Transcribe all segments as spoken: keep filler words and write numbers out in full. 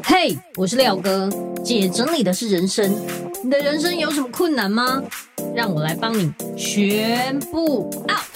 嘿，我是廖哥，姐整理的是人生。你的人生有什么困难吗？让我来帮你全部 out。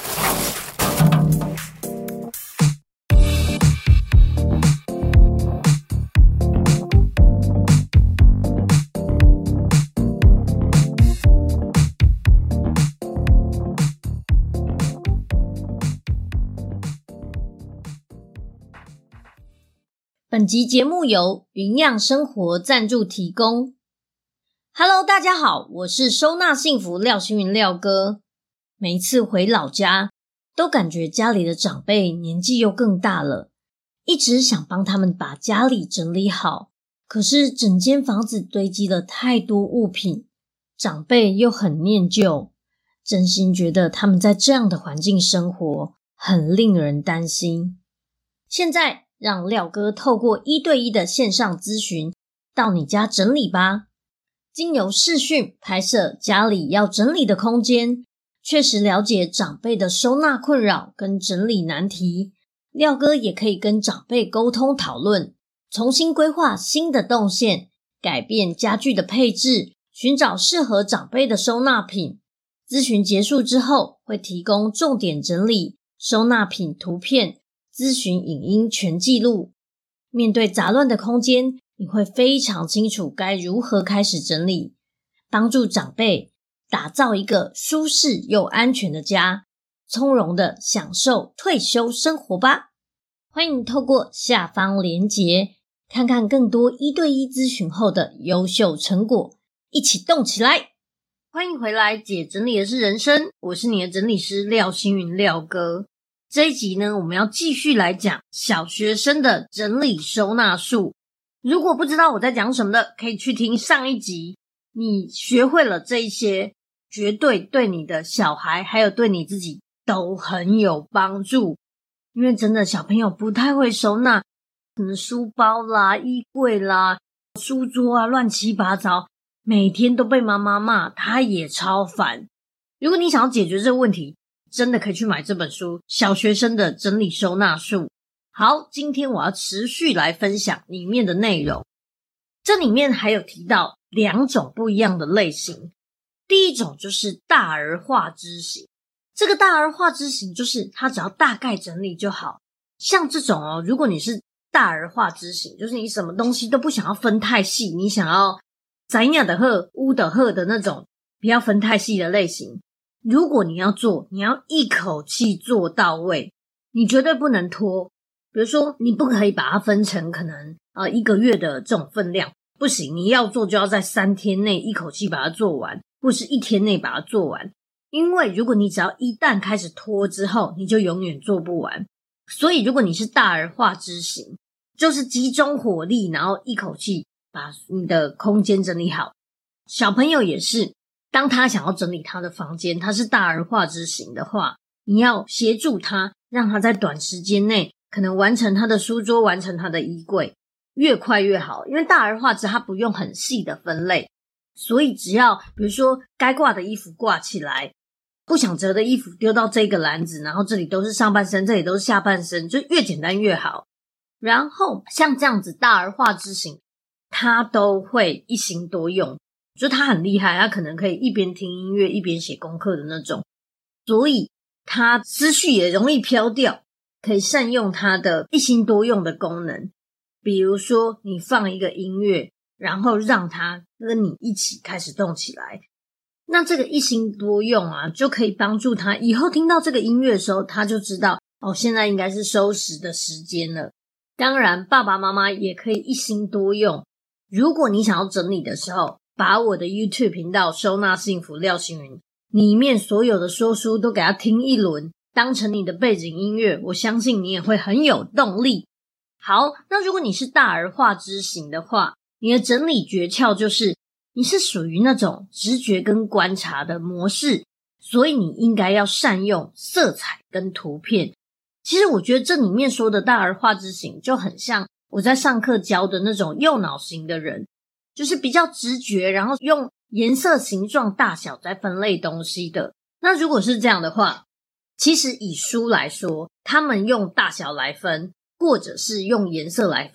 本集节目由云漾生活赞助提供。Hello， 大家好，我是收纳幸福廖星云廖哥。每一次回老家，都感觉家里的长辈年纪又更大了，一直想帮他们把家里整理好，可是整间房子堆积了太多物品，长辈又很念旧，真心觉得他们在这样的环境生活，很令人担心。现在让廖哥透过一对一的线上咨询，到你家整理吧。经由视讯拍摄家里要整理的空间，确实了解长辈的收纳困扰跟整理难题。廖哥也可以跟长辈沟通讨论，重新规划新的动线，改变家具的配置，寻找适合长辈的收纳品。咨询结束之后，会提供重点整理、收纳品图片、咨询影音全记录。面对杂乱的空间，你会非常清楚该如何开始整理，帮助长辈打造一个舒适又安全的家，从容的享受退休生活吧。欢迎透过下方连结，看看更多一对一咨询后的优秀成果，一起动起来。欢迎回来，姐整理的是人生，我是你的整理师廖星云廖哥。这一集呢，我们要继续来讲小学生的整理收纳术。如果不知道我在讲什么的，可以去听上一集。你学会了这一些，绝对对你的小孩还有对你自己都很有帮助。因为真的小朋友不太会收纳，可能书包啦、衣柜啦、书桌啊乱七八糟，每天都被妈妈骂，他也超烦。如果你想要解决这个问题，真的可以去买这本书《小学生的整理收纳术》。好，今天我要持续来分享里面的内容。这里面还有提到两种不一样的类型。第一种就是大而化之型。这个大而化之型就是它只要大概整理就好。像这种哦，如果你是大而化之型，就是你什么东西都不想要分太细，你想要宅鸟的鹤、乌的鹤的那种不要分太细的类型。如果你要做，你要一口气做到位，你绝对不能拖。比如说你不可以把它分成可能呃一个月的这种分量，不行，你要做就要在三天内一口气把它做完，或是一天内把它做完。因为如果你只要一旦开始拖之后，你就永远做不完。所以如果你是大而化之型，就是集中火力，然后一口气把你的空间整理好。小朋友也是，当他想要整理他的房间，他是大而化之型的话，你要协助他，让他在短时间内可能完成他的书桌，完成他的衣柜，越快越好。因为大而化之他不用很细的分类，所以只要比如说该挂的衣服挂起来，不想折的衣服丢到这个篮子，然后这里都是上半身，这里都是下半身，就越简单越好。然后像这样子大而化之型，他都会一心多用，就他很厉害，他可能可以一边听音乐一边写功课的那种，所以他思绪也容易飘掉，可以善用他的一心多用的功能。比如说你放一个音乐，然后让他跟你一起开始动起来，那这个一心多用啊，就可以帮助他以后听到这个音乐的时候，他就知道哦，现在应该是收拾的时间了。当然爸爸妈妈也可以一心多用，如果你想要整理的时候，把我的 YouTube 频道收纳幸福廖星云里面所有的说书都给他听一轮，当成你的背景音乐，我相信你也会很有动力。好，那如果你是大而化之型的话，你的整理诀窍就是你是属于那种直觉跟观察的模式，所以你应该要善用色彩跟图片。其实我觉得这里面说的大而化之型就很像我在上课教的那种右脑型的人，就是比较直觉，然后用颜色、形状、大小在分类东西的。那如果是这样的话，其实以书来说，他们用大小来分，或者是用颜色来分，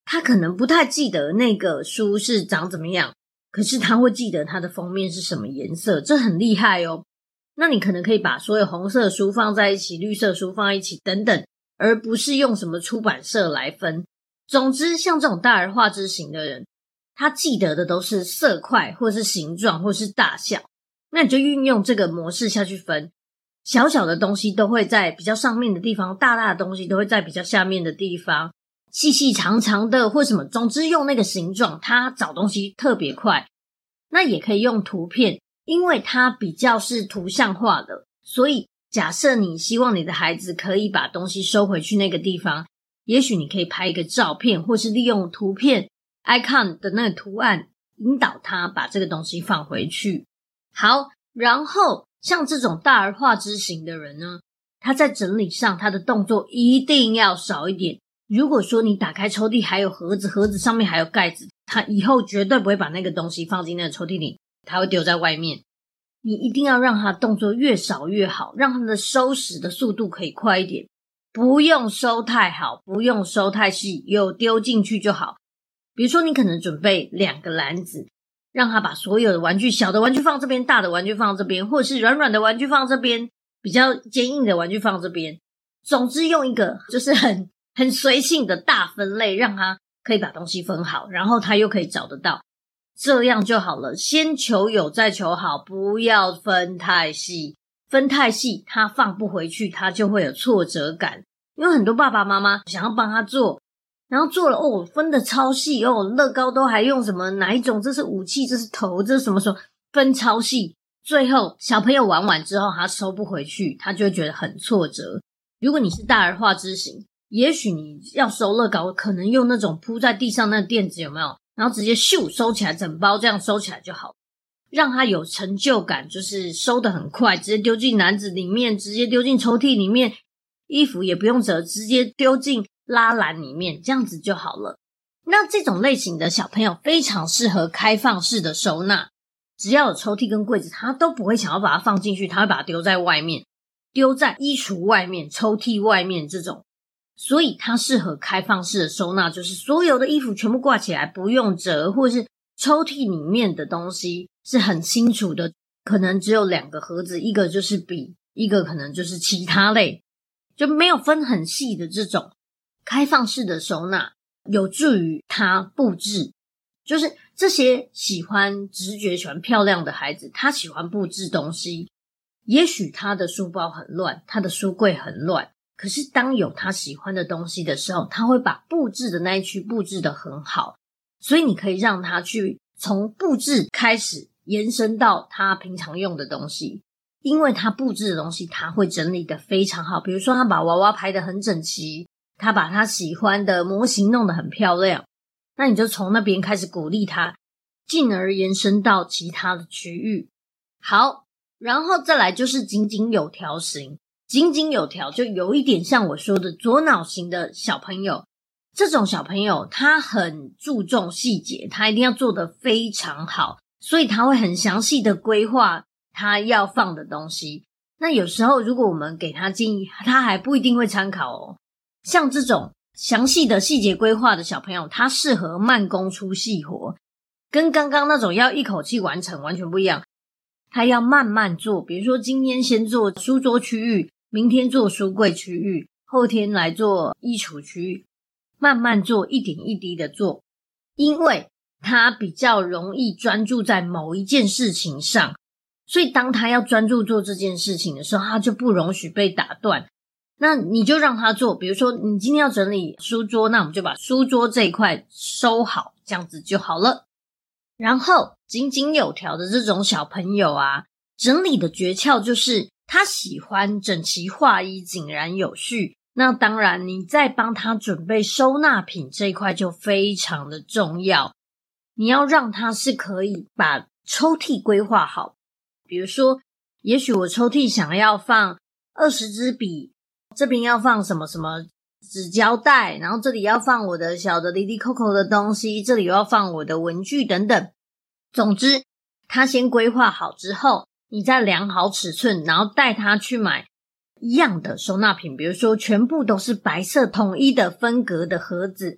他可能不太记得那个书是长怎么样，可是他会记得它的封面是什么颜色，这很厉害哦。那你可能可以把所有红色书放在一起，绿色书放在一起等等，而不是用什么出版社来分。总之像这种大而化之型的人，他记得的都是色块或是形状或是大小，那你就运用这个模式下去分，小小的东西都会在比较上面的地方，大大的东西都会在比较下面的地方，细细长长的或什么，总之用那个形状，他找东西特别快。那也可以用图片，因为它比较是图像化的，所以假设你希望你的孩子可以把东西收回去那个地方，也许你可以拍一个照片，或是利用图片 icon 的那个图案引导他把这个东西放回去。好，然后像这种大而化之型的人呢，他在整理上他的动作一定要少一点。如果说你打开抽屉还有盒子，盒子上面还有盖子，他以后绝对不会把那个东西放进那个抽屉里，他会丢在外面。你一定要让他动作越少越好，让他的收拾的速度可以快一点，不用收太好，不用收太细，有丢进去就好。比如说你可能准备两个篮子，让他把所有的玩具，小的玩具放这边，大的玩具放这边，或者是软软的玩具放这边，比较坚硬的玩具放这边。总之用一个就是很很随性的大分类，让他可以把东西分好，然后他又可以找得到，这样就好了。先求有再求好，不要分太细，分太细他放不回去，他就会有挫折感。因为很多爸爸妈妈想要帮他做，然后做了哦，分得超细哦，乐高都还用什么哪一种，这是武器，这是头，这是什么什么，分超细，最后小朋友玩完之后他收不回去，他就会觉得很挫折。如果你是大而化之型，也许你要收乐高，可能用那种铺在地上那个垫子，有没有？然后直接咻收起来，整包这样收起来就好，让他有成就感，就是收得很快，直接丢进篮子里面，直接丢进抽屉里面，衣服也不用折，直接丢进拉篮里面，这样子就好了。那这种类型的小朋友非常适合开放式的收纳，只要有抽屉跟柜子，他都不会想要把它放进去，他会把它丢在外面，丢在衣橱外面，抽屉外面这种。所以它适合开放式的收纳，就是所有的衣服全部挂起来，不用折，或是抽屉里面的东西是很清楚的，可能只有两个盒子，一个就是笔，一个可能就是其他类，就没有分很细的这种开放式的收纳，有助于他布置。就是这些喜欢直觉喜欢漂亮的孩子，他喜欢布置东西，也许他的书包很乱，他的书柜很乱，可是当有他喜欢的东西的时候，他会把布置的那一区布置得很好。所以你可以让他去从布置开始延伸到他平常用的东西，因为他布置的东西他会整理得非常好。比如说他把娃娃排得很整齐，他把他喜欢的模型弄得很漂亮，那你就从那边开始鼓励他，进而延伸到其他的区域。好，然后再来就是井井有条型。井井有条就有一点像我说的左脑型的小朋友，这种小朋友他很注重细节，他一定要做得非常好，所以他会很详细的规划他要放的东西。那有时候如果我们给他建议，他还不一定会参考哦。像这种详细的细节规划的小朋友，他适合慢工出细活，跟刚刚那种要一口气完成完全不一样。他要慢慢做，比如说今天先做书桌区域，明天做书柜区域，后天来做衣橱区域，慢慢做，一点一滴的做，因为他比较容易专注在某一件事情上，所以当他要专注做这件事情的时候，他就不容许被打断。那你就让他做，比如说你今天要整理书桌，那我们就把书桌这一块收好，这样子就好了。然后井井有条的这种小朋友啊，整理的诀窍就是他喜欢整齐划一，井然有序。那当然你在帮他准备收纳品这一块就非常的重要，你要让他是可以把抽屉规划好。比如说也许我抽屉想要放二十支笔，这边要放什么什么纸胶带，然后这里要放我的小的哩哩扣扣的东西，这里又要放我的文具等等。总之他先规划好之后，你再量好尺寸，然后带他去买一样的收纳品，比如说全部都是白色统一的分隔的盒子，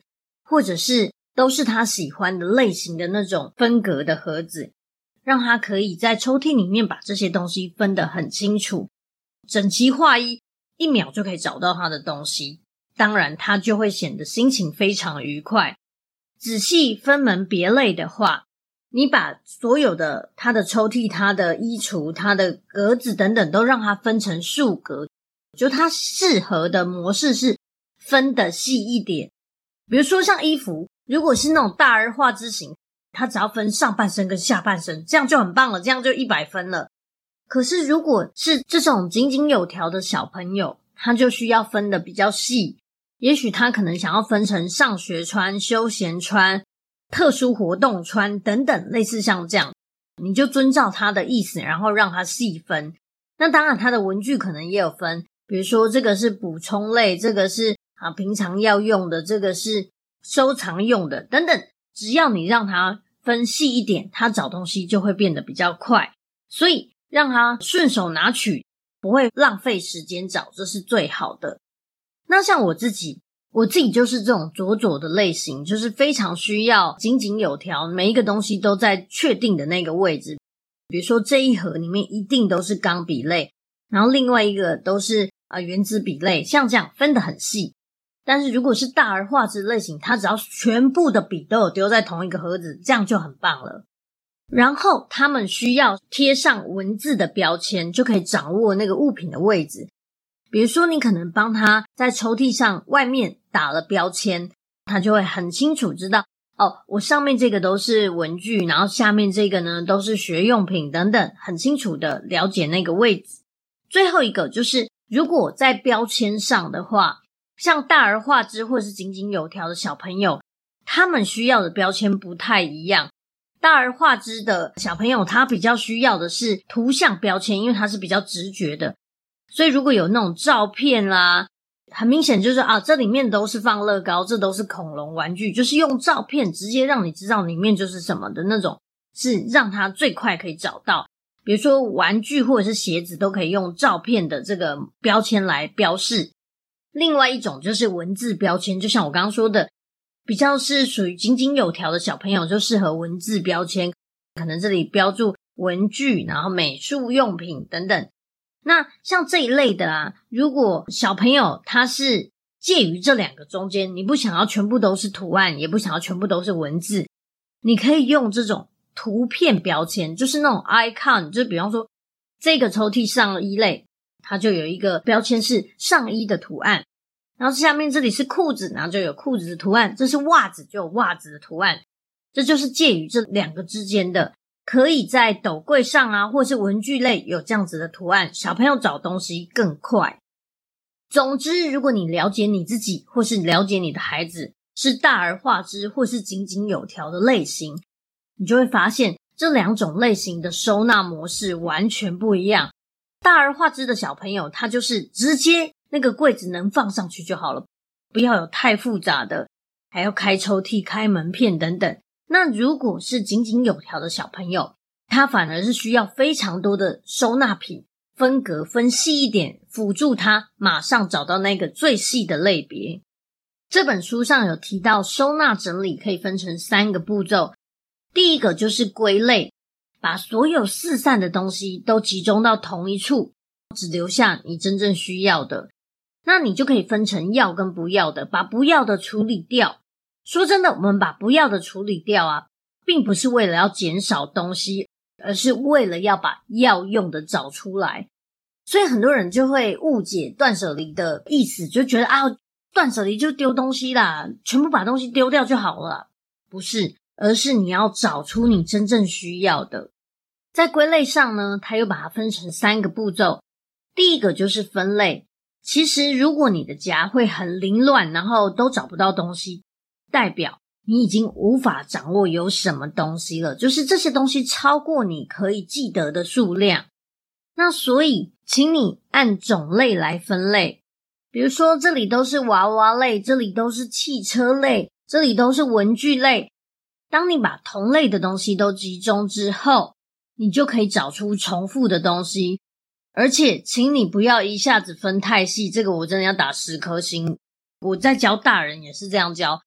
或者是都是他喜欢的类型的那种分隔的盒子，让他可以在抽屉里面把这些东西分得很清楚，整齐划一，一秒就可以找到他的东西。当然他就会显得心情非常愉快。仔细分门别类的话，你把所有的他的抽屉、他的衣橱、他的格子等等都让它分成数格，就它适合的模式是分得细一点。比如说像衣服，如果是那种大而化之型，它只要分上半身跟下半身，这样就很棒了，这样就一百分了。可是如果是这种井井有条的小朋友，他就需要分得比较细，也许他可能想要分成上学穿、休闲穿、特殊活动穿等等，类似像这样，你就遵照他的意思，然后让他细分。那当然他的文具可能也有分，比如说这个是补充类，这个是啊平常要用的，这个是收藏用的等等，只要你让他分细一点，他找东西就会变得比较快，所以让他顺手拿取，不会浪费时间找，这是最好的。那像我自己我自己就是这种左左的类型，就是非常需要井井有条，每一个东西都在确定的那个位置。比如说这一盒里面一定都是钢笔类，然后另外一个都是呃原子笔类，像这样分得很细。但是如果是大而化之类型，它只要全部的笔都有丢在同一个盒子，这样就很棒了。然后他们需要贴上文字的标签，就可以掌握那个物品的位置。比如说你可能帮他在抽屉上外面打了标签，他就会很清楚知道，哦，我上面这个都是文具，然后下面这个呢都是学用品等等，很清楚的了解那个位置。最后一个就是如果在标签上的话，像大而化之或是井井有条的小朋友，他们需要的标签不太一样。大而化之的小朋友他比较需要的是图像标签，因为他是比较直觉的，所以如果有那种照片啦，很明显就是啊，这里面都是放乐高，这都是恐龙玩具，就是用照片直接让你知道里面就是什么的那种，是让他最快可以找到。比如说玩具或者是鞋子都可以用照片的这个标签来标示。另外一种就是文字标签，就像我刚刚说的，比较是属于井井有条的小朋友就适合文字标签，可能这里标注文具，然后美术用品等等。那像这一类的啊，如果小朋友他是介于这两个中间，你不想要全部都是图案，也不想要全部都是文字，你可以用这种图片标签，就是那种 icon， 就比方说这个抽屉上衣类，它就有一个标签是上衣的图案，然后下面这里是裤子，然后就有裤子的图案，这是袜子就有袜子的图案，这就是介于这两个之间的，可以在斗柜上啊，或是文具类有这样子的图案，小朋友找东西更快。总之，如果你了解你自己，或是了解你的孩子是大而化之或是井井有条的类型，你就会发现这两种类型的收纳模式完全不一样。大而化之的小朋友，他就是直接那个柜子能放上去就好了，不要有太复杂的，还要开抽屉、开门片等等。那如果是井井有条的小朋友，他反而是需要非常多的收纳品，分隔分细一点，辅助他马上找到那个最细的类别。这本书上有提到收纳整理可以分成三个步骤，第一个就是归类，把所有四散的东西都集中到同一处，只留下你真正需要的。那你就可以分成要跟不要的，把不要的处理掉。说真的，我们把不要的处理掉啊，并不是为了要减少东西，而是为了要把要用的找出来。所以很多人就会误解断舍离的意思，就觉得啊，断舍离就丢东西啦，全部把东西丢掉就好了。不是，而是你要找出你真正需要的。在归类上呢，他又把它分成三个步骤。第一个就是分类。其实如果你的家会很凌乱，然后都找不到东西，代表你已经无法掌握有什么东西了，就是这些东西超过你可以记得的数量。那所以请你按种类来分类，比如说这里都是娃娃类，这里都是汽车类，这里都是文具类。当你把同类的东西都集中之后，你就可以找出重复的东西。而且请你不要一下子分太细，这个我真的要打十颗星。我在教大人也是这样教，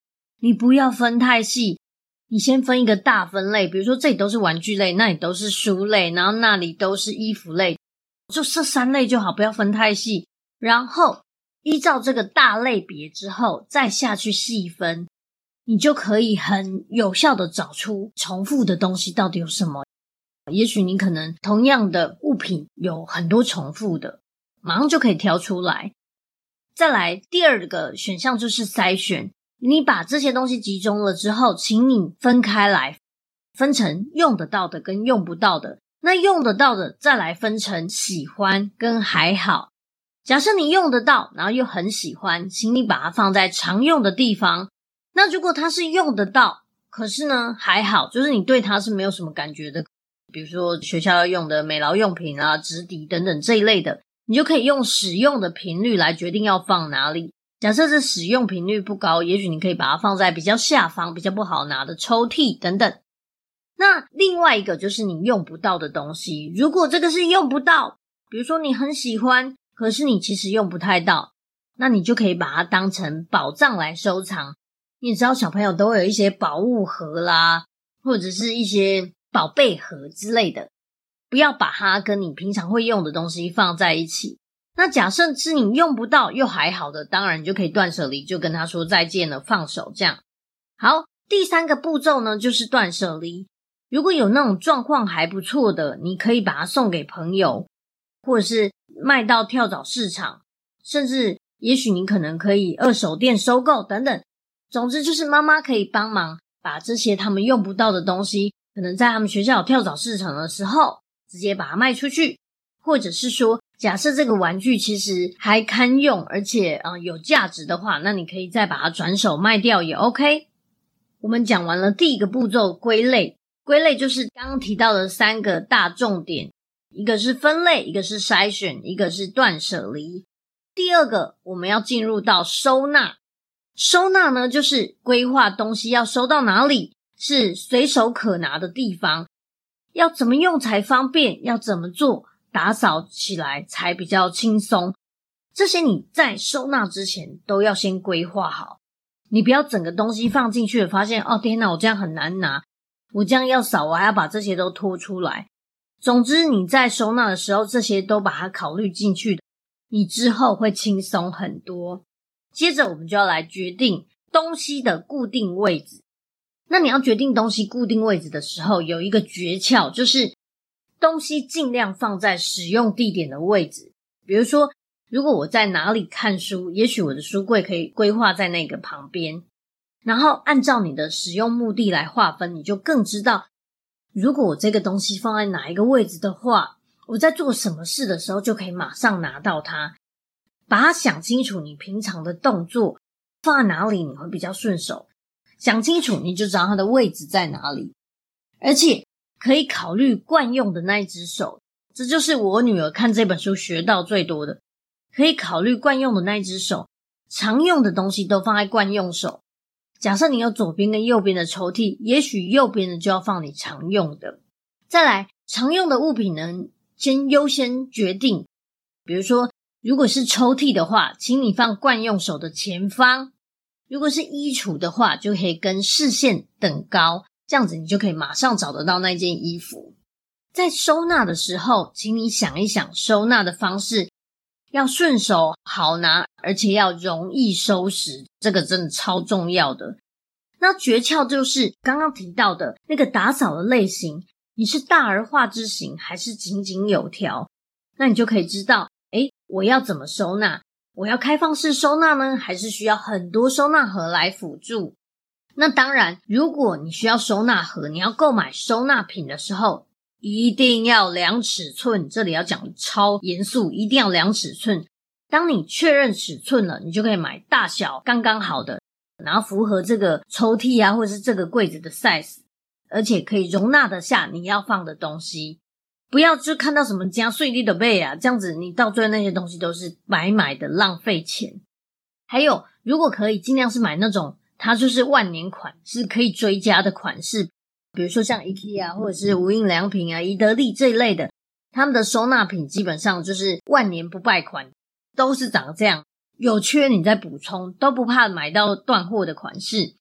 你不要分太细，你先分一个大分类，比如说这里都是玩具类，那里都是书类，然后那里都是衣服类，就这三类就好，不要分太细。然后依照这个大类别之后再下去细分，你就可以很有效的找出重复的东西到底有什么。也许你可能同样的物品有很多重复的，马上就可以挑出来。再来第二个选项就是筛选，你把这些东西集中了之后，请你分开来，分成用得到的跟用不到的。那用得到的再来分成喜欢跟还好。假设你用得到，然后又很喜欢，请你把它放在常用的地方。那如果它是用得到，可是呢还好，就是你对它是没有什么感觉的，比如说学校要用的美劳用品啊、纸底等等这一类的，你就可以用使用的频率来决定要放哪里。假设这使用频率不高，也许你可以把它放在比较下方、比较不好拿的抽屉等等。那另外一个就是你用不到的东西，如果这个是用不到，比如说你很喜欢，可是你其实用不太到，那你就可以把它当成宝藏来收藏。你也知道小朋友都会有一些宝物盒啦，或者是一些宝贝盒之类的，不要把它跟你平常会用的东西放在一起。那假设是你用不到又还好的，当然你就可以断舍离，就跟他说再见了，放手这样。好，第三个步骤呢就是断舍离。如果有那种状况还不错的，你可以把它送给朋友，或者是卖到跳蚤市场，甚至也许你可能可以二手店收购等等。总之就是妈妈可以帮忙把这些他们用不到的东西，可能在他们学校有跳蚤市场的时候直接把它卖出去，或者是说假设这个玩具其实还堪用，而且、呃、有价值的话，那你可以再把它转手卖掉也 OK。 我们讲完了第一个步骤，归类。归类就是刚刚提到的三个大重点，一个是分类，一个是筛选，一个是断舍离。第二个我们要进入到收纳。收纳呢就是规划东西要收到哪里，是随手可拿的地方，要怎么用才方便，要怎么做打扫起来才比较轻松，这些你在收纳之前都要先规划好。你不要整个东西放进去发现，哦天哪，我这样很难拿，我这样要扫，我还要把这些都拖出来。总之你在收纳的时候这些都把它考虑进去的，你之后会轻松很多。接着我们就要来决定东西的固定位置。那你要决定东西固定位置的时候，有一个诀窍，就是东西尽量放在使用地点的位置。比如说如果我在哪里看书，也许我的书柜可以规划在那个旁边，然后按照你的使用目的来划分，你就更知道如果我这个东西放在哪一个位置的话，我在做什么事的时候就可以马上拿到它。把它想清楚，你平常的动作放在哪里你会比较顺手，想清楚你就知道它的位置在哪里。而且可以考虑惯用的那一只手，这就是我女儿看这本书学到最多的，可以考虑惯用的那一只手，常用的东西都放在惯用手。假设你有左边跟右边的抽屉，也许右边的就要放你常用的。再来，常用的物品呢先优先决定，比如说如果是抽屉的话，请你放惯用手的前方。如果是衣橱的话，就可以跟视线等高，这样子你就可以马上找得到那件衣服。在收纳的时候，请你想一想收纳的方式，要顺手好拿，而且要容易收拾，这个真的超重要的。那诀窍就是刚刚提到的那个打扫的类型，你是大而化之型还是井井有条，那你就可以知道诶我要怎么收纳，我要开放式收纳呢，还是需要很多收纳盒来辅助。那当然如果你需要收纳盒，你要购买收纳品的时候一定要量尺寸，这里要讲超严肃，一定要量尺寸。当你确认尺寸了，你就可以买大小刚刚好的，然后符合这个抽屉啊或者是这个柜子的 size， 而且可以容纳得下你要放的东西。不要就看到什么加碎地的背啊，这样子你到最后那些东西都是白买的，浪费钱。还有如果可以尽量是买那种它就是万年款，是可以追加的款式，比如说像 IKEA 或者是无印良品啊、宜得利这一类的，他们的收纳品基本上就是万年不败款，都是长这样，有缺你再补充，都不怕买到断货的款式。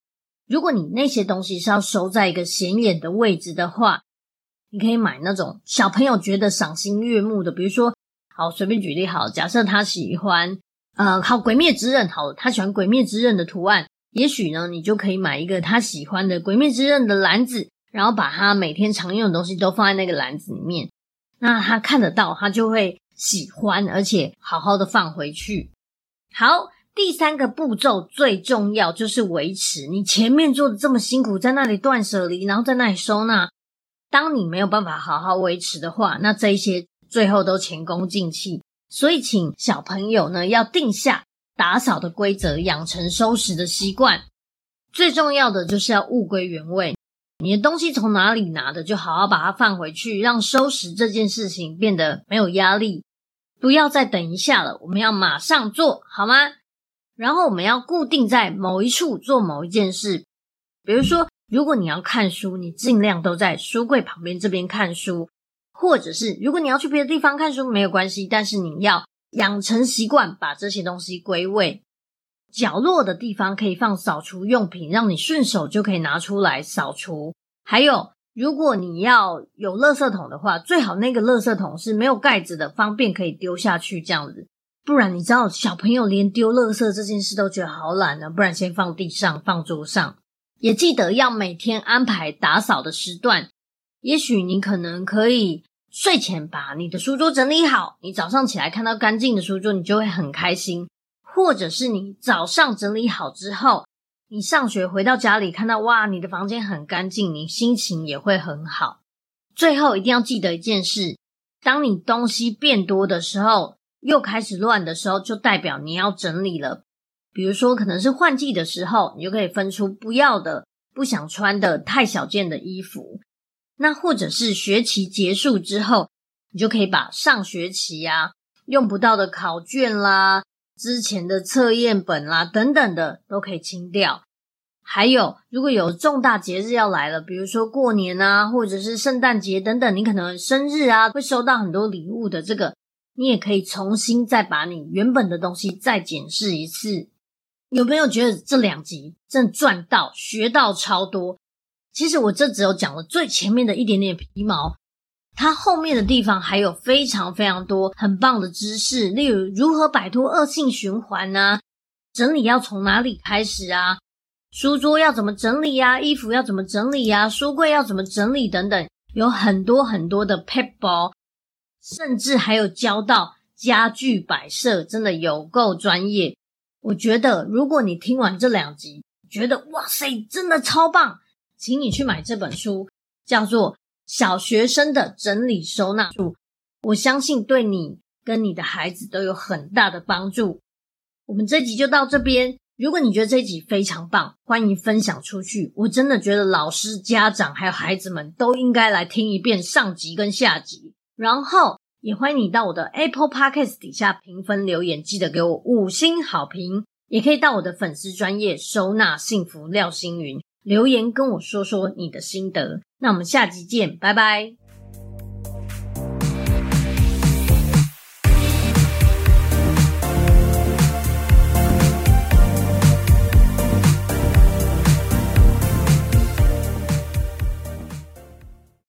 如果你那些东西是要收在一个显眼的位置的话，你可以买那种小朋友觉得赏心悦目的，比如说好随便举例好，假设他喜欢呃，好鬼灭之刃好了，他喜欢鬼灭之刃的图案，也许呢你就可以买一个他喜欢的鬼灭之刃的篮子，然后把他每天常用的东西都放在那个篮子里面，那他看得到，他就会喜欢，而且好好的放回去。好，第三个步骤最重要就是维持，你前面做的这么辛苦，在那里断舍离，然后在那里收纳，当你没有办法好好维持的话，那这一些最后都前功尽弃。所以请小朋友呢要定下打扫的规则，养成收拾的习惯。最重要的就是要物归原位，你的东西从哪里拿的就好好把它放回去，让收拾这件事情变得没有压力。不要再等一下了，我们要马上做，好吗？然后我们要固定在某一处做某一件事，比如说如果你要看书，你尽量都在书柜旁边这边看书，或者是如果你要去别的地方看书没有关系，但是你要养成习惯把这些东西归位。角落的地方可以放扫除用品，让你顺手就可以拿出来扫除。还有如果你要有垃圾桶的话，最好那个垃圾桶是没有盖子的，方便可以丢下去这样子。不然你知道小朋友连丢垃圾这件事都觉得好懒呢，不然先放地上放桌上。也记得要每天安排打扫的时段，也许你可能可以睡前把你的书桌整理好，你早上起来看到干净的书桌你就会很开心，或者是你早上整理好之后，你上学回到家里看到哇你的房间很干净，你心情也会很好。最后一定要记得一件事，当你东西变多的时候，又开始乱的时候，就代表你要整理了。比如说可能是换季的时候，你就可以分出不要的不想穿的太小件的衣服，那或者是学期结束之后，你就可以把上学期啊用不到的考卷啦，之前的测验本啦等等的都可以清掉。还有如果有重大节日要来了，比如说过年啊，或者是圣诞节等等，你可能生日啊会收到很多礼物的，这个你也可以重新再把你原本的东西再检视一次。有没有觉得这两集真的赚到学到超多？其实我这只有讲了最前面的一点点皮毛，它后面的地方还有非常非常多很棒的知识，例如如何摆脱恶性循环啊，整理要从哪里开始啊，书桌要怎么整理啊，衣服要怎么整理啊，书柜要怎么整理等等，有很多很多的 pebble， 甚至还有教到家具摆设，真的有够专业。我觉得如果你听完这两集觉得哇塞真的超棒，请你去买这本书，叫做《小学生的整理收纳术》，我相信对你跟你的孩子都有很大的帮助。我们这集就到这边，如果你觉得这集非常棒，欢迎分享出去，我真的觉得老师、家长还有孩子们都应该来听一遍上集跟下集。然后也欢迎你到我的 Apple Podcast 底下评分留言，记得给我五星好评，也可以到我的粉丝专页收纳幸福廖星云留言跟我说说你的心得。那我们下集见，拜拜。